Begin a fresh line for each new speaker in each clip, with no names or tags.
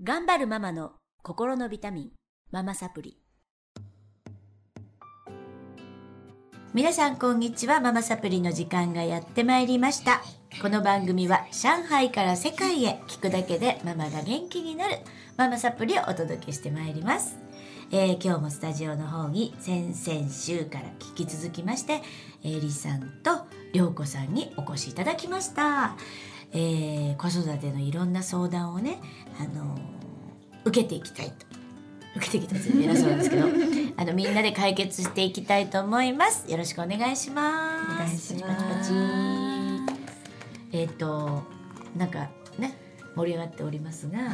頑張るママの心のビタミン、ママサプリ。皆さんこんにちは。ママサプリの時間がやってまいりました。この番組は上海から世界へ、聞くだけでママが元気になるママサプリをお届けしてまいります。今日もスタジオの方に先々週から引き続きまして、りさんとりょうこさんにお越しいただきました。子育てのいろんな相談をね、受けていきたいと。受けてきたって偉そうなんですけどみんなで解決していきたいと思います。よろしくお願いします。
お願いします。
パチパチ。なんかね、盛り上がっておりますが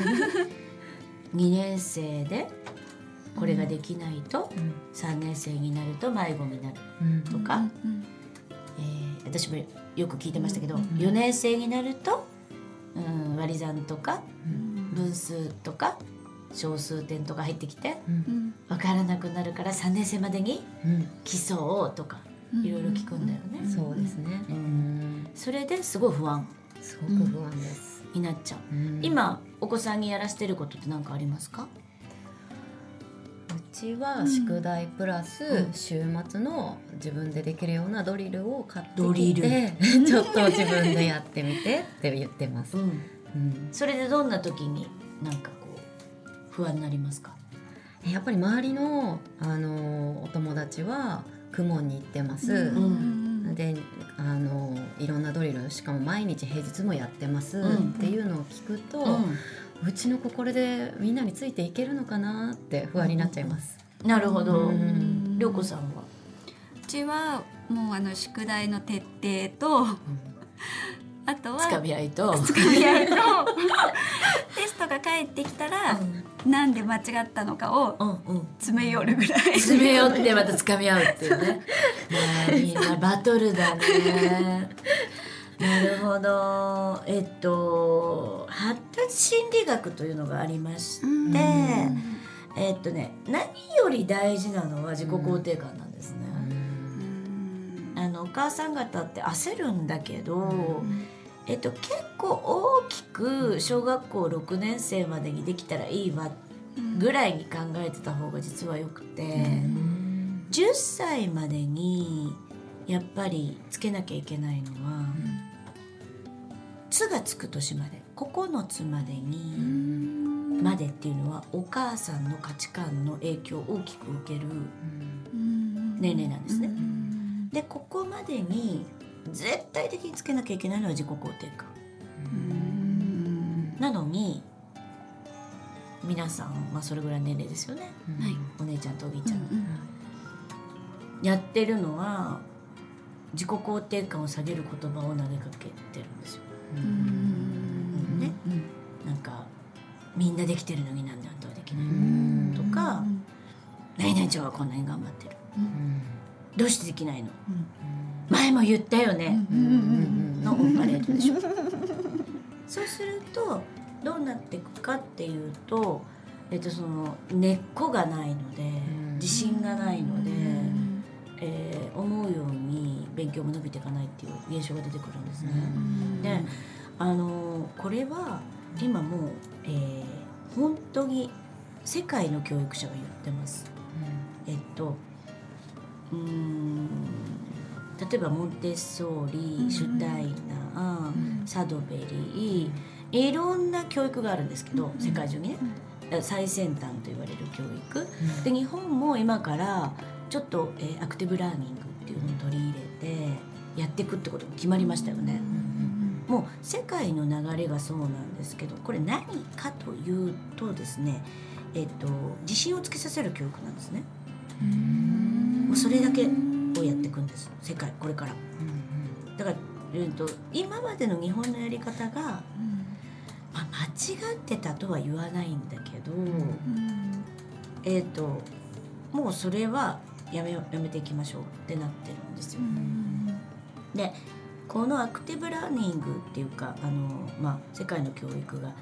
2年生でこれができないと、3年生になると迷子になるとか、私もよく聞いてましたけど、4年生になると、割り算とか、分数とか小数点とか入ってきて、分からなくなるから3年生までに基礎をとかいろいろ聞くんだよね。
そうですね。
それですごい不安。
すごく不安です。
になっちゃう。今お子さんにやらせてることって何かありますか？
うちは宿題プラス週末の自分でできるようなドリルを買ってきてちょっと自分でやってみてって言ってます。
それでどんな時になんかこう不安になりますか？
やっぱり周りの、お友達は公文に行ってます。でいろんなドリルしかも毎日平日もやってますっていうのを聞くと、うちの子これでみんなについていけるのかなって不安になっちゃいます。
なるほど。りょうこさんは？
うちはもう宿題の徹底と、あとは
つかみ合いと
テストが返ってきたら、なんで間違ったのかを詰め寄るぐらい、
詰め寄ってまたつかみ合うっていうね。みんなバトルだね。なるほど。発達心理学というのがありまして、何より大事なのは自己肯定感なんですね。お母さん方って焦るんだけど、結構大きく小学校6年生までにできたらいいわぐらいに考えてた方が実はよくて、10歳までにやっぱりつけなきゃいけないのは、つがつく年まで9つまでにまでっていうのはお母さんの価値観の影響を大きく受ける年齢なんですね。でここまでに絶対的につけなきゃいけないのは自己肯定感なのに、皆さん、それぐらいの年齢ですよね、お姉ちゃんとお兄ちゃん、やってるのは自己肯定感を下げる言葉を投げかけてるんですよ。なんかみんなできてるのになんであんたはできないとか、何々ちゃんはこんなに頑張ってる、どうしてできないの、前も言ったよね、のオンパレードでしょ。そうするとどうなっていくかっていうと、その根っこがないので、自信がないので、思うように勉強も伸びていかないっていう現象が出てくるんですね。でこれは今もう、本当に世界の教育者が言ってます。例えばモンテッソーリ、シュタイナー、サドベリー、いろんな教育があるんですけど、世界中にね、最先端と言われる教育、で日本も今からちょっと、アクティブラーニングっていうのを取り入れてやっていくってことが決まりましたよね。もう世界の流れがそうなんですけど、これ何かというとですね、自信をつけさせる教育なんですね。もうそれだけをやっていくんです、世界これから。だから、今までの日本のやり方が、間違ってたとは言わないんだけど、もうそれはやめていきましょうってなってるんですよ。でこのアクティブラーニングっていうか、世界の教育が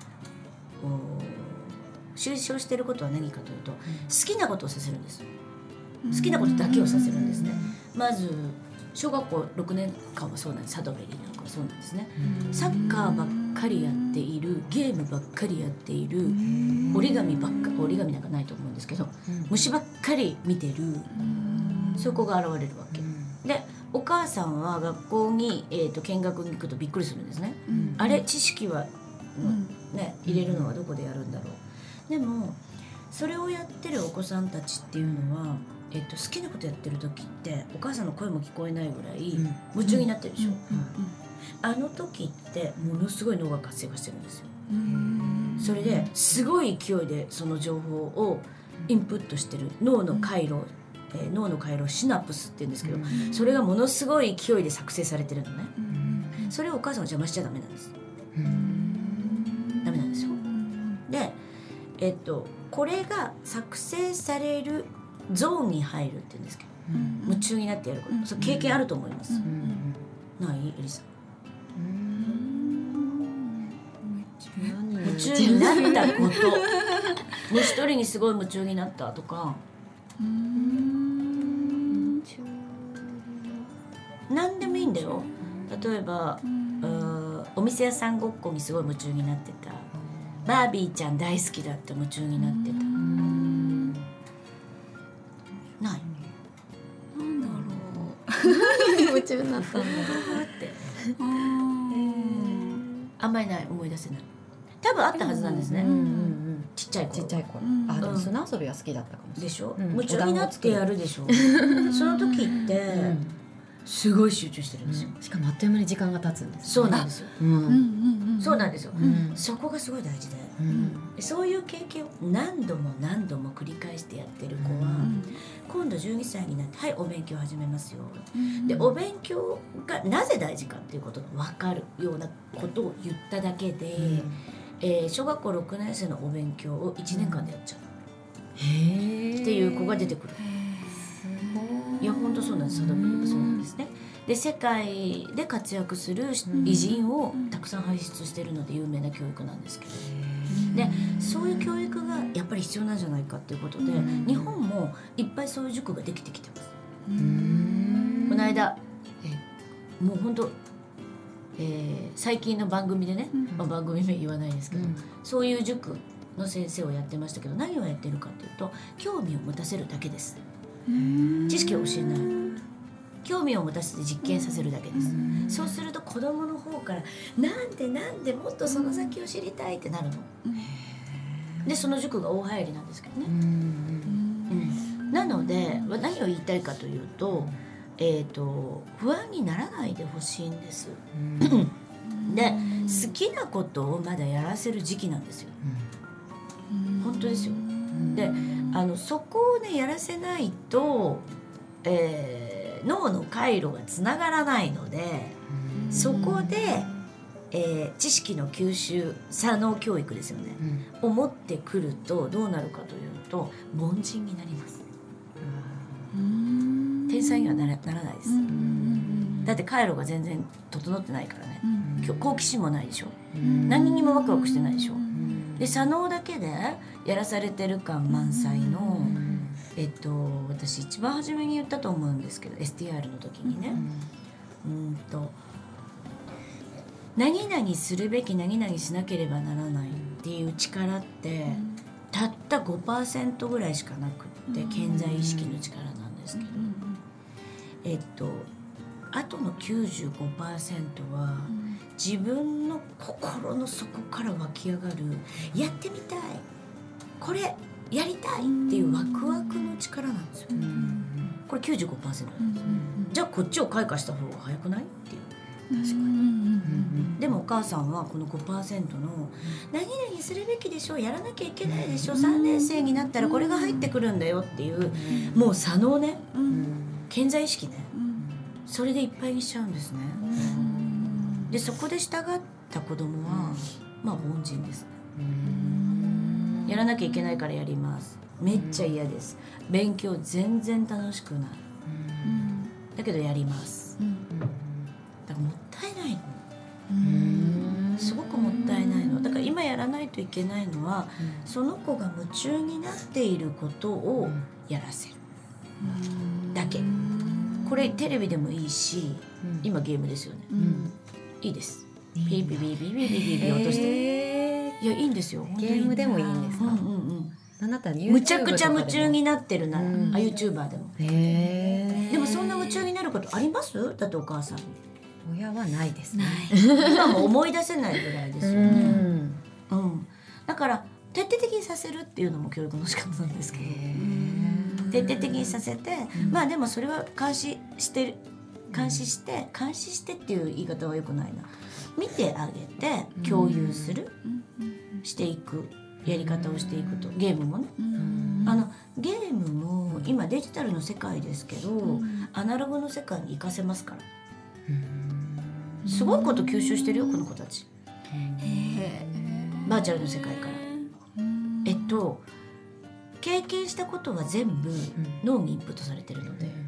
推奨していることは何かというと、好きなことをさせるんです。好きなことだけをさせるんですね。まず小学校6年間はそうなんです。サドベリーなんかはそうなんですね。サッカーばっかりやっている、ゲームばっかりやっている、折り紙なんかないと思うんですけど、虫ばっかり見てる、そこが現れるわけで、お母さんは学校に、見学に行くとびっくりするんですね、あれ知識は、ね、入れるのはどこでやるんだろう。でもそれをやってるお子さんたちっていうのは、好きなことやってる時ってお母さんの声も聞こえないぐらい夢中になってるでしょ、あの時ってものすごい脳が活性化してるんですよ。それですごい勢いでその情報をインプットしてる脳の回路、シナプスって言うんですけど、それがものすごい勢いで作成されてるのね。それをお母さんは邪魔しちゃダメなんです。ダメなんですよ。で、これが作成されるゾーンに入るって言うんですけど、夢中になってやること、それ経験あると思います。ないエリさん。夢中になったこともう一人にすごい夢中になったとか、何でもいいんだよ。例えばお店屋さんごっこにすごい夢中になってた、バービーちゃん大好きだって夢中になってた、ない？
なんだろ
何に夢中になったんだろう
ってあんまりない、思い出せない。多分あったはずなんですね、ちっちゃい頃。
でも砂遊びは好きだったかもしれない
でしょ、夢中になってやるでしょその時ってすごい集中してるんですよ、
しかもあっという間に時間が経つんです。
そうなんですよ、そうなんですよ、そこがすごい大事で、そういう経験を何度も何度も繰り返してやってる子は、今度12歳になって、はい、お勉強始めますよ、でお勉強がなぜ大事かっていうことが分かるようなことを言っただけで、小学校6年生のお勉強を1年間でやっちゃうっていう子が出てくる。いや本当そうなんです。そうなんですね。で世界で活躍する偉人をたくさん輩出しているので有名な教育なんですけど、でそういう教育がやっぱり必要なんじゃないかっていうことで、日本もいっぱいそういう塾ができてきてます。この間もう本当、最近の番組でね、番組名言わないですけど、そういう塾の先生をやってましたけど、何をやってるかっていうと、興味を持たせるだけです。知識を教えない、興味を持たせて実験させるだけです。そうすると子供の方からなんでもっとその先を知りたいってなるの、でその塾が大流行りなんですけどね、なので何を言いたいかというと、不安にならないでほしいんです、で好きなことをまだやらせる時期なんですよ、本当ですよ。でそこをねやらせないと、脳の回路がつながらないので、そこで、知識の吸収、左脳教育ですよね、を持ってくるとどうなるかというと凡人になります。天才にはならないです。だって回路が全然整ってないからね、好奇心もないでしょ、何にもワクワクしてないでしょ、で左脳だけでやらされてる感満載の、私一番初めに言ったと思うんですけど STR の時にね、何々するべき、何々しなければならないっていう力ってたった 5% ぐらいしかなくって顕在意識の力なんですけど、あとの 95% は自分の心の底から湧き上がる、やってみたい、これやりたいっていうワクワクの力なんですよ、これ 95% なんです、じゃあこっちを開花した方が早くないっていう。確かに、でもお母さんはこの 5% の何々するべきでしょ、やらなきゃいけないでしょ、3年生になったらこれが入ってくるんだよっていう、もう左脳ね、顕在意識ね、それでいっぱいにしちゃうんですね、でそこで従った子供はまあ凡人です。やらなきゃいけないからやります、めっちゃ嫌です、勉強全然楽しくない、だけどやります、だからもったいないの、すごくもったいないの。だから今やらないといけないのは、その子が夢中になっていることをやらせるだけ。これテレビでもいいし、今ゲームですよね、いいです、 ピーピーピーピーピーピーピーピー落として、いやいいんですよ。
ゲームでもいいんですか？あなた
むちゃくちゃ夢中になってるなら、YouTuber でも。
で
もそんな夢中になることあります？だってお母さん。
親はないですね。
今も思い出せないぐらいですよね。だから徹底的にさせるっていうのも教育の仕方なんですけど、徹底的にさせて、まあでもそれは監視してっていう言い方は良くないな。見てあげて共有する、していくやり方をしていくと。ゲームもね、ゲームも今デジタルの世界ですけど、アナログの世界に活かせますから。すごいこと吸収してるよこの子たち。バーチャルの世界から経験したことは全部脳にインプットされてるので、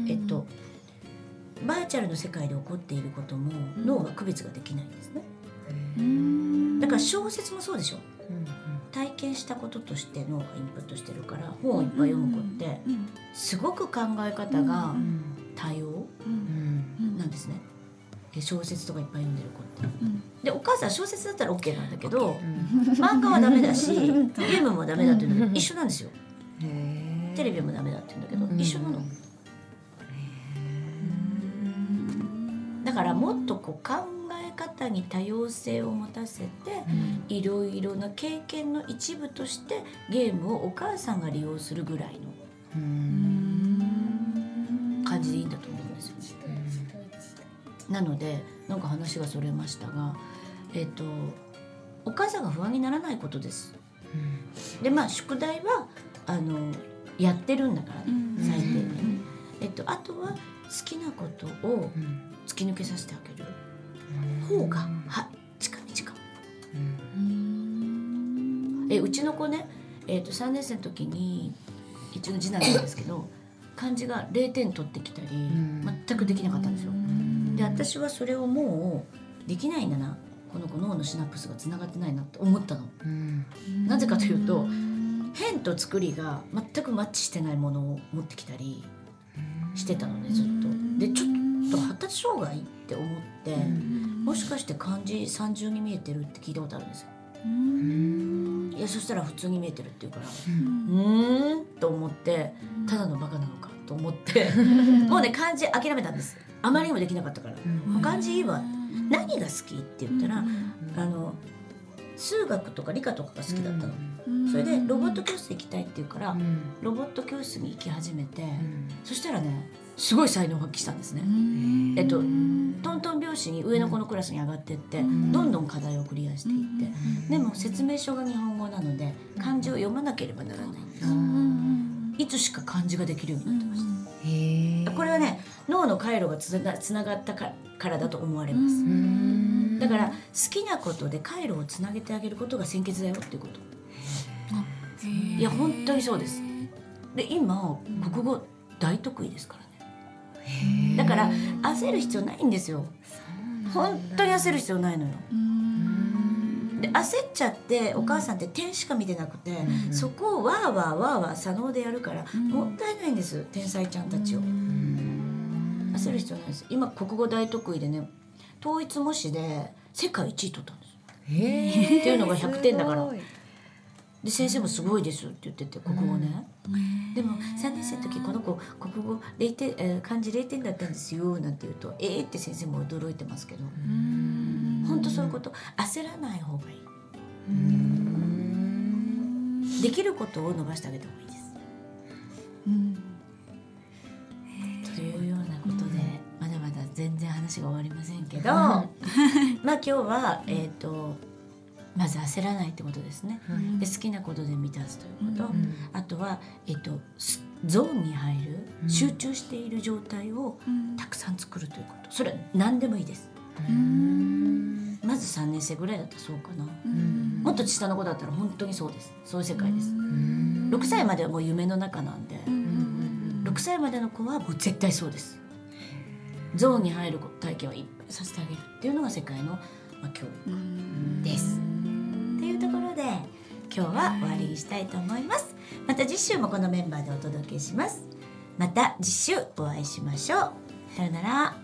バーチャルの世界で起こっていることも脳は区別ができないんですね。だから小説もそうでしょ。体験したこととして脳がインプットしてるから、本をいっぱい読む子ってすごく考え方が多様なんですね。小説とかいっぱい読んでる子って、でお母さん小説だったら OK なんだけど、漫画はダメだしゲームもダメだっていうのが一緒なんですよ。テレビもダメだって言うんだけど一緒なの。だからもっとこう考え方に多様性を持たせて、いろいろな経験の一部としてゲームをお母さんが利用するぐらいの感じでいいんだと思うんですよね。なのでなんか話がそれましたが、お母さんが不安にならないことです。でまあ宿題はやってるんだからね、最低限。あとは好きなことを突き抜けさせてあげる方が近道かも。うちの子ね、3年生の時にうちの次男なんですけど漢字が0点取ってきたり全くできなかったんですよ。で私はそれをもうできないんだな、この子脳のシナプスがつながってないなって思ったの。なぜかというと変と作りが全くマッチしてないものを持ってきたりしてたのね、ずっと。でちょっと発達障害って思って、もしかして漢字三重に見えてるって聞いたことあるんですよ。いやそしたら普通に見えてるって言うからと思って、ただのバカなのかと思ってもうね漢字諦めたんです。あまりにもできなかったから。漢字いいわ。何が好きって言ったら数学とか理科とかが好きだったの。それでロボット教室行きたいって言うから、ロボット教室に行き始めて、そしたらねすごい才能を発揮したんですね。トントン拍子に上の子のクラスに上がってって、どんどん課題をクリアしていって、でも説明書が日本語なので漢字を読まなければならないんです。いつしか漢字ができるようになってました。これはね脳の回路がつながったからだと思われます。だから好きなことで回路をつなげてあげることが先決だよっていうこと。いや本当にそうです。で今国語大得意ですからね。だから焦る必要ないんですよ。本当に焦る必要ないのよ。で焦っちゃってお母さんって点しか見てなくて、そこをわーわーわーわー左脳でやるからもったいないんです、天才ちゃんたちを。焦る必要ないです。今国語大得意でね、統一模試で世界1位取ったんです。っていうのが100点だから。で先生もすごいですって言ってて、国語ね。でも3年生の時この子国語0点、漢字0点だったんですよなんて言うとって先生も驚いてますけど、本当そういうこと焦らない方がいい。できることを伸ばしてあげた方がいいです。というようなことでまだまだ全然話が終わりませんけどまあ今日はまず焦らないってことですね。で好きなことで満たすということ、あとは、ゾーンに入る、集中している状態をたくさん作るということ。それは何でもいいです。まず3年生ぐらいだったらそうかな。もっと下の子だったら本当にそうです。そういう世界です。6歳まではもう夢の中なんで、6歳までの子はもう絶対そうです。ゾーンに入る体験をいっぱいさせてあげるっていうのが世界の、教育です。というところで今日は終わりにしたいと思います。また次週もこのメンバーでお届けします。また次週お会いしましょう。さよなら。